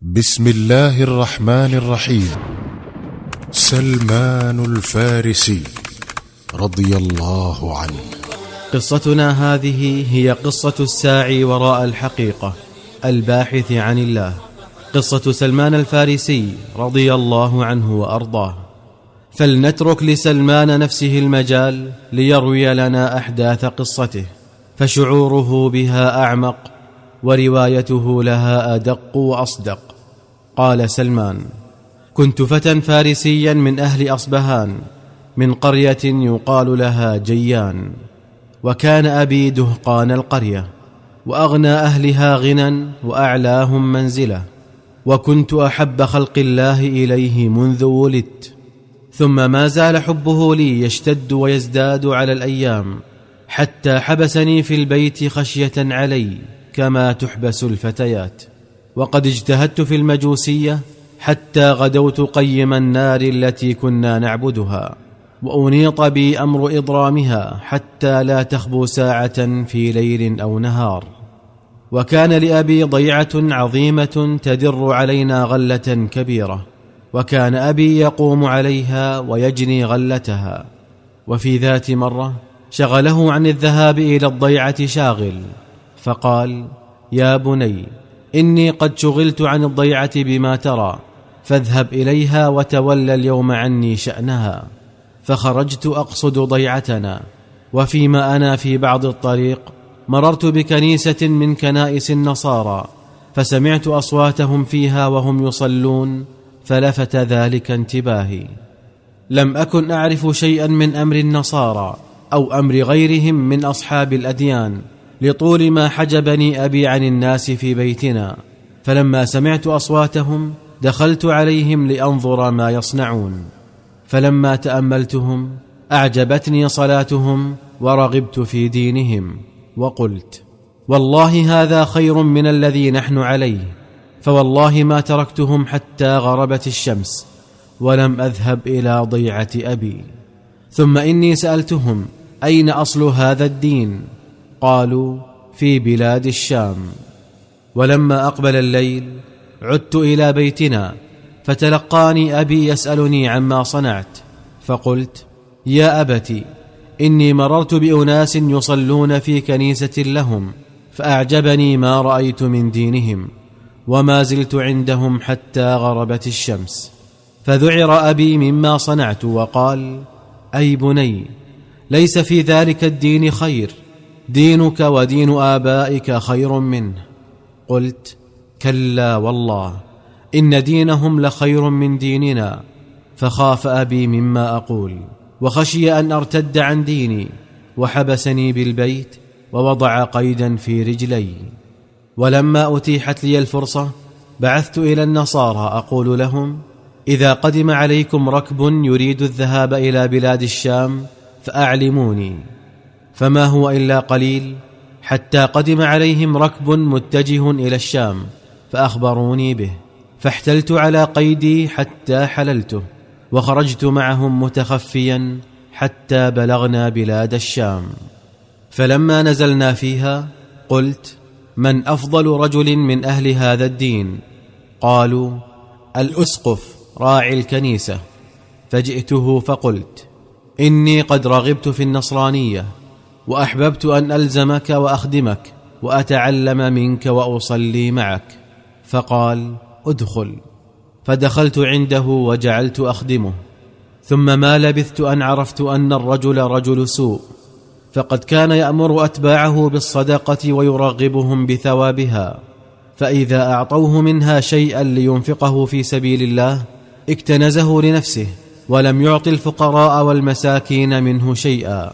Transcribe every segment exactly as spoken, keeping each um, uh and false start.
بسم الله الرحمن الرحيم. سلمان الفارسي رضي الله عنه. قصتنا هذه هي قصة الساعي وراء الحقيقة الباحث عن الله، قصة سلمان الفارسي رضي الله عنه وأرضاه. فلنترك لسلمان نفسه المجال ليروي لنا أحداث قصته، فشعوره بها أعمق وروايته لها أدق وأصدق. قال سلمان: كنت فتى فارسيا من أهل أصبهان، من قرية يقال لها جيان، وكان أبي دهقان القرية، وأغنى أهلها غنى وأعلاهم منزلة، وكنت أحب خلق الله إليه منذ ولدت، ثم ما زال حبه لي يشتد ويزداد على الأيام، حتى حبسني في البيت خشية علي كما تحبس الفتيات. وقد اجتهدت في المجوسية حتى غدوت قيم النار التي كنا نعبدها، وأنيط بي أمر إضرامها حتى لا تخبو ساعة في ليل أو نهار. وكان لأبي ضيعة عظيمة تدر علينا غلة كبيرة، وكان أبي يقوم عليها ويجني غلتها. وفي ذات مرة شغله عن الذهاب إلى الضيعة شاغل، فقال: يا بني، إني قد شغلت عن الضيعة بما ترى، فاذهب إليها وتولى اليوم عني شأنها. فخرجت أقصد ضيعتنا، وفيما أنا في بعض الطريق مررت بكنيسة من كنائس النصارى، فسمعت أصواتهم فيها وهم يصلون، فلفت ذلك انتباهي. لم أكن أعرف شيئا من أمر النصارى أو أمر غيرهم من أصحاب الأديان، لطول ما حجبني أبي عن الناس في بيتنا. فلما سمعت أصواتهم دخلت عليهم لأنظر ما يصنعون، فلما تأملتهم أعجبتني صلاتهم ورغبت في دينهم، وقلت: والله هذا خير من الذي نحن عليه. فوالله ما تركتهم حتى غربت الشمس ولم أذهب إلى ضيعة أبي. ثم إني سألتهم: أين أصل هذا الدين؟ قالوا: في بلاد الشام. ولما أقبل الليل عدت إلى بيتنا، فتلقاني أبي يسألني عما صنعت، فقلت: يا أبتي، إني مررت بأناس يصلون في كنيسة لهم، فأعجبني ما رأيت من دينهم، وما زلت عندهم حتى غربت الشمس. فذعر أبي مما صنعت وقال: أي بني، ليس في ذلك الدين خير، دينك ودين آبائك خير منه. قلت: كلا والله، إن دينهم لخير من ديننا. فخاف أبي مما أقول، وخشي أن أرتد عن ديني، وحبسني بالبيت ووضع قيدا في رجلي. ولما أتيحت لي الفرصة بعثت إلى النصارى أقول لهم: إذا قدم عليكم ركب يريد الذهاب إلى بلاد الشام فأعلموني. فما هو إلا قليل حتى قدم عليهم ركب متجه إلى الشام، فأخبروني به، فاحتلت على قيدي حتى حللته، وخرجت معهم متخفيا حتى بلغنا بلاد الشام. فلما نزلنا فيها قلت: من أفضل رجل من أهل هذا الدين؟ قالوا: الأسقف راعي الكنيسة. فجئته فقلت: إني قد رغبت في النصرانية، وأحببت أن ألزمك وأخدمك وأتعلم منك وأصلي معك. فقال: ادخل. فدخلت عنده وجعلت أخدمه. ثم ما لبثت أن عرفت أن الرجل رجل سوء، فقد كان يأمر أتباعه بالصدقة ويرغبهم بثوابها، فإذا أعطوه منها شيئا لينفقه في سبيل الله اكتنزه لنفسه، ولم يعط الفقراء والمساكين منه شيئا،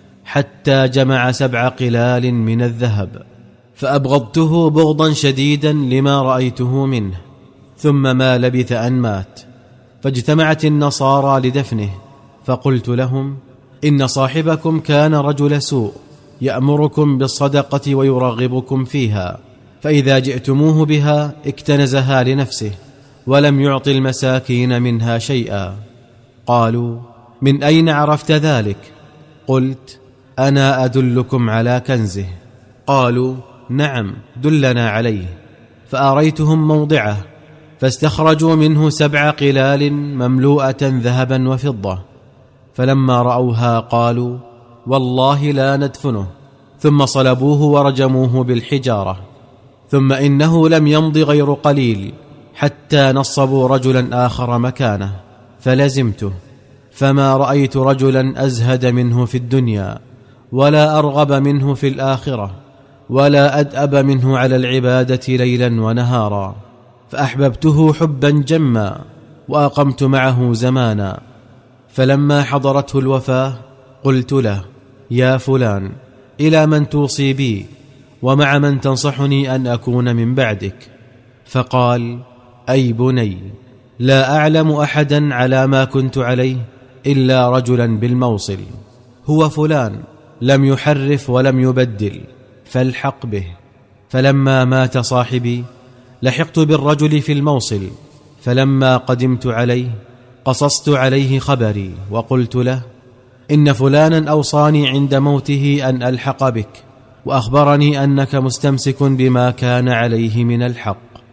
حتى جمع سبع قلال من الذهب. فأبغضته بغضا شديدا لما رأيته منه. ثم ما لبث أن مات، فاجتمعت النصارى لدفنه، فقلت لهم: إن صاحبكم كان رجل سوء، يأمركم بالصدقة ويرغبكم فيها، فإذا جئتموه بها اكتنزها لنفسه، ولم يعط المساكين منها شيئا. قالوا: من أين عرفت ذلك؟ قلت: أنا أدلكم على كنزه. قالوا: نعم، دلنا عليه. فأريتهم موضعه، فاستخرجوا منه سبع قلال مملوءة ذهبا وفضة، فلما رأوها قالوا والله لا ندفنه، ثم صلبوه ورجموه بالحجارة. ثم إنه لم يمض غير قليل حتى نصبوا رجلا آخر مكانه، فلزمته، فما رأيت رجلا أزهد منه في الدنيا، ولا أرغب منه في الآخرة، ولا أدأب منه على العبادة ليلا ونهارا، فأحببته حبا جما، وأقمت معه زمانا. فلما حضرته الوفاة قلت له يا فلان، إلى من توصي بي، ومع من تنصحني أن أكون من بعدك؟ فقال أي بني، لا أعلم أحدا على ما كنت عليه إلا رجلا بالموصل، هو فلان، لم يحرف ولم يبدل، فالحق به. فلما مات صاحبي لحقت بالرجل في الموصل، فلما قدمت عليه قصصت عليه خبري، وقلت له إن فلانا أوصاني عند موته أن ألحق بك، وأخبرني أنك مستمسك بما كان عليه من الحق.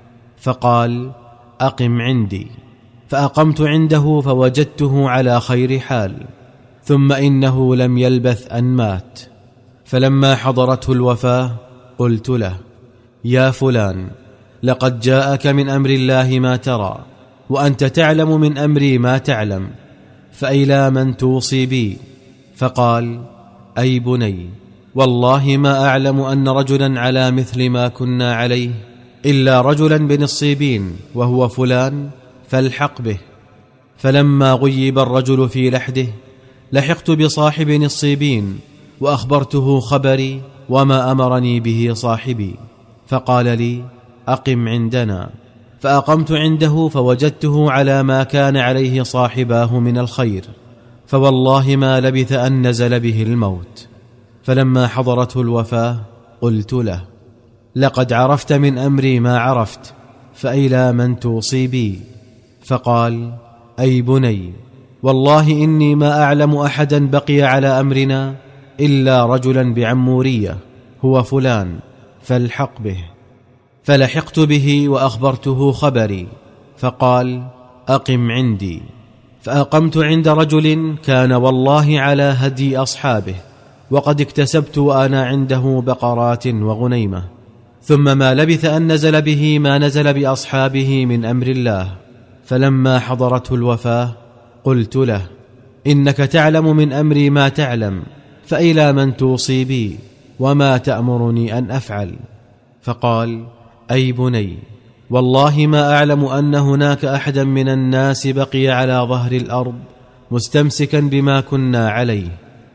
فقال أقم عندي، فأقمت عنده فوجدته على خير حال، ثم إنه لم يلبث أن مات. فلما حضرته الوفاة قلت له يا فلان، لقد جاءك من أمر الله ما ترى، وأنت تعلم من أمري ما تعلم، فإلى من توصي بي؟ فقال أي بني، والله ما أعلم أن رجلا على مثل ما كنا عليه إلا رجلا بنصيبين، وهو فلان، فالحق به. فلما غيب الرجل في لحده لحقت بصاحب نصيبين، وأخبرته خبري وما أمرني به صاحبي، فقال لي أقم عندنا، فأقمت عنده فوجدته على ما كان عليه صاحباه من الخير، فوالله ما لبث أن نزل به الموت. فلما حضرته الوفاة قلت له لقد عرفت من أمري ما عرفت، فإلى من توصي بي؟ فقال أي بني، والله إني ما أعلم أحدا بقي على أمرنا إلا رجلا بعمورية، هو فلان، فالحق به. فلحقت به وأخبرته خبري، فقال أقم عندي، فأقمت عند رجل كان والله على هدي أصحابه، وقد اكتسبت وأنا عنده بقرات وغنيمة. ثم ما لبث أن نزل به ما نزل بأصحابه من أمر الله. فلما حضرته الوفاة قلت له إنك تعلم من أمري ما تعلم، فإلى من توصي بي، وما تأمرني أن أفعل؟ فقال أي بني، والله ما أعلم أن هناك أحدا من الناس بقي على ظهر الأرض مستمسكا بما كنا عليه،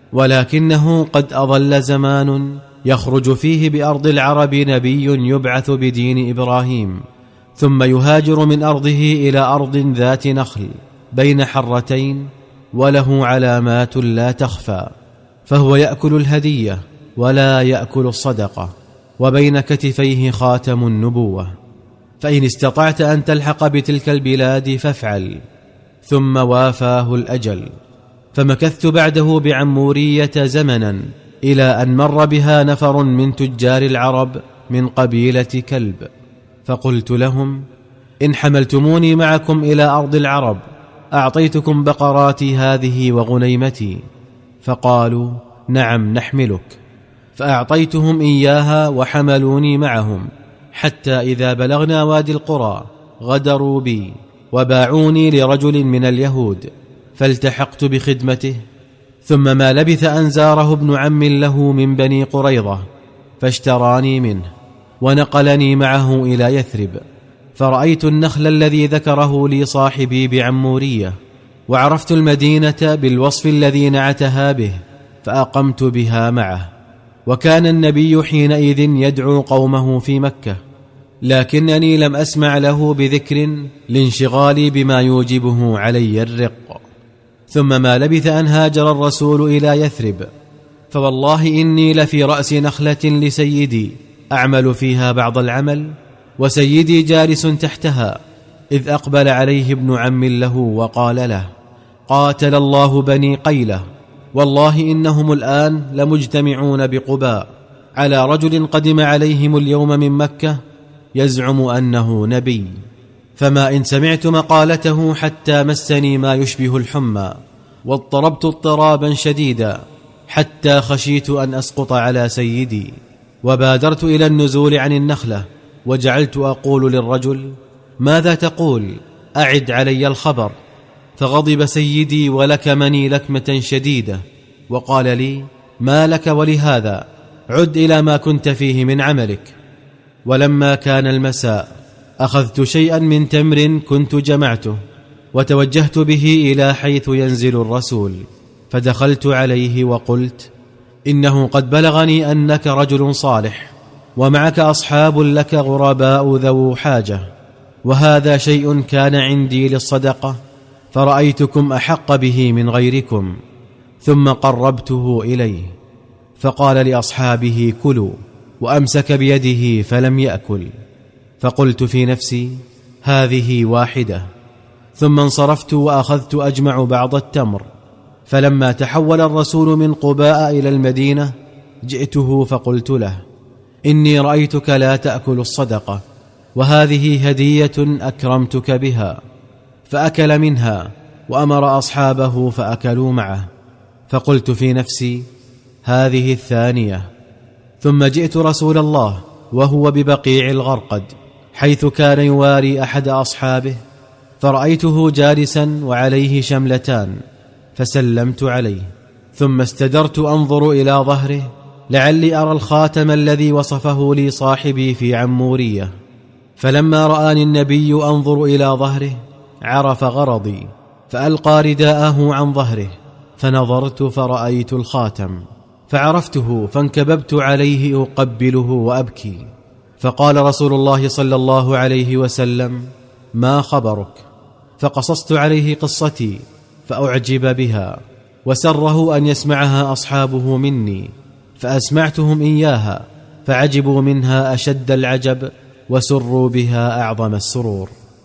ولكنه قد أظل زمان يخرج فيه بأرض العرب نبي يبعث بدين إبراهيم، ثم يهاجر من أرضه إلى أرض ذات نخل بين حرتين، وله علامات لا تخفى، فهو يأكل الهدية ولا يأكل الصدقة، وبين كتفيه خاتم النبوة، فإن استطعت أن تلحق بتلك البلاد فافعل. ثم وافاه الأجل. فمكثت بعده بعمورية زمنا، إلى أن مر بها نفر من تجار العرب من قبيلة كلب، فقلت لهم إن حملتموني معكم إلى أرض العرب أعطيتكم بقراتي هذه وغنيمتي. فقالوا نعم نحملك، فأعطيتهم إياها وحملوني معهم، حتى إذا بلغنا وادي القرى غدروا بي وباعوني لرجل من اليهود، فالتحقت بخدمته. ثم ما لبث أن زاره ابن عم له من بني قريظة، فاشتراني منه ونقلني معه إلى يثرب، فرأيت النخل الذي ذكره لي صاحبي بعمورية، وعرفت المدينة بالوصف الذي نعتها به، فأقمت بها معه. وكان النبي حينئذ يدعو قومه في مكة، لكنني لم أسمع له بذكر لانشغالي بما يوجبه علي الرق. ثم ما لبث أن هاجر الرسول إلى يثرب، فوالله إني لفي رأس نخلة لسيدي أعمل فيها بعض العمل، وسيدي جالس تحتها، إذ أقبل عليه ابن عم له وقال له قاتل الله بني قيلة، والله إنهم الآن لمجتمعون بقباء على رجل قدم عليهم اليوم من مكة يزعم أنه نبي. فما إن سمعت مقالته حتى مسني ما يشبه الحمى، واضطربت اضطرابا شديدا حتى خشيت أن أسقط على سيدي، وبادرت إلى النزول عن النخلة، وجعلت أقول للرجل: ماذا تقول؟ أعد علي الخبر. فغضب سيدي ولكمني لكمة شديدة، وقال لي: ما لك ولهذا؟ عد إلى ما كنت فيه من عملك. ولما كان المساء أخذت شيئا من تمر كنت جمعته، وتوجهت به إلى حيث ينزل الرسول، فدخلت عليه وقلت: إنه قد بلغني أنك رجل صالح، ومعك أصحاب لك غرباء ذو حاجة، وهذا شيء كان عندي للصدقة، فرأيتكم أحق به من غيركم. ثم قربته إليه، فقال لأصحابه: كلوا، وأمسك بيده فلم يأكل. فقلت في نفسي: هذه واحدة. ثم انصرفت وأخذت أجمع بعض التمر. فلما تحول الرسول من قباء إلى المدينة جئته فقلت له: إني رأيتك لا تأكل الصدقة، وهذه هدية أكرمتك بها. فأكل منها وأمر أصحابه فأكلوا معه. فقلت في نفسي: هذه الثانية. ثم جئت رسول الله وهو ببقيع الغرقد، حيث كان يواري أحد أصحابه، فرأيته جالسا وعليه شملتان، فسلمت عليه، ثم استدرت أنظر إلى ظهره لعلي أرى الخاتم الذي وصفه لي صاحبي في عمورية. فلما رآني النبي أنظر إلى ظهره عرف غرضي، فألقى رداءه عن ظهره، فنظرت فرأيت الخاتم، فعرفته فانكببت عليه أقبله وأبكي. فقال رسول الله صلى الله عليه وسلم: ما خبرك؟ فقصصت عليه قصتي فأعجب بها، وسره أن يسمعها أصحابه مني، فأسمعتهم إياها فعجبوا منها أشد العجب، وسروا بها أعظم السرور.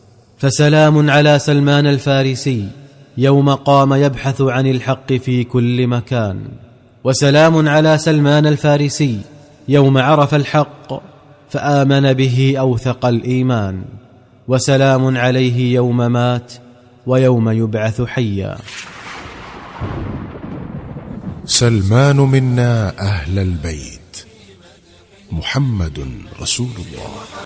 فسلام على سلمان الفارسي يوم قام يبحث عن الحق في كل مكان، وسلام على سلمان الفارسي يوم عرف الحق فآمن به أوثق الإيمان، وسلام عليه يوم مات ويوم يبعث حيا. سلمان منا أهل البيت، محمد رسول الله.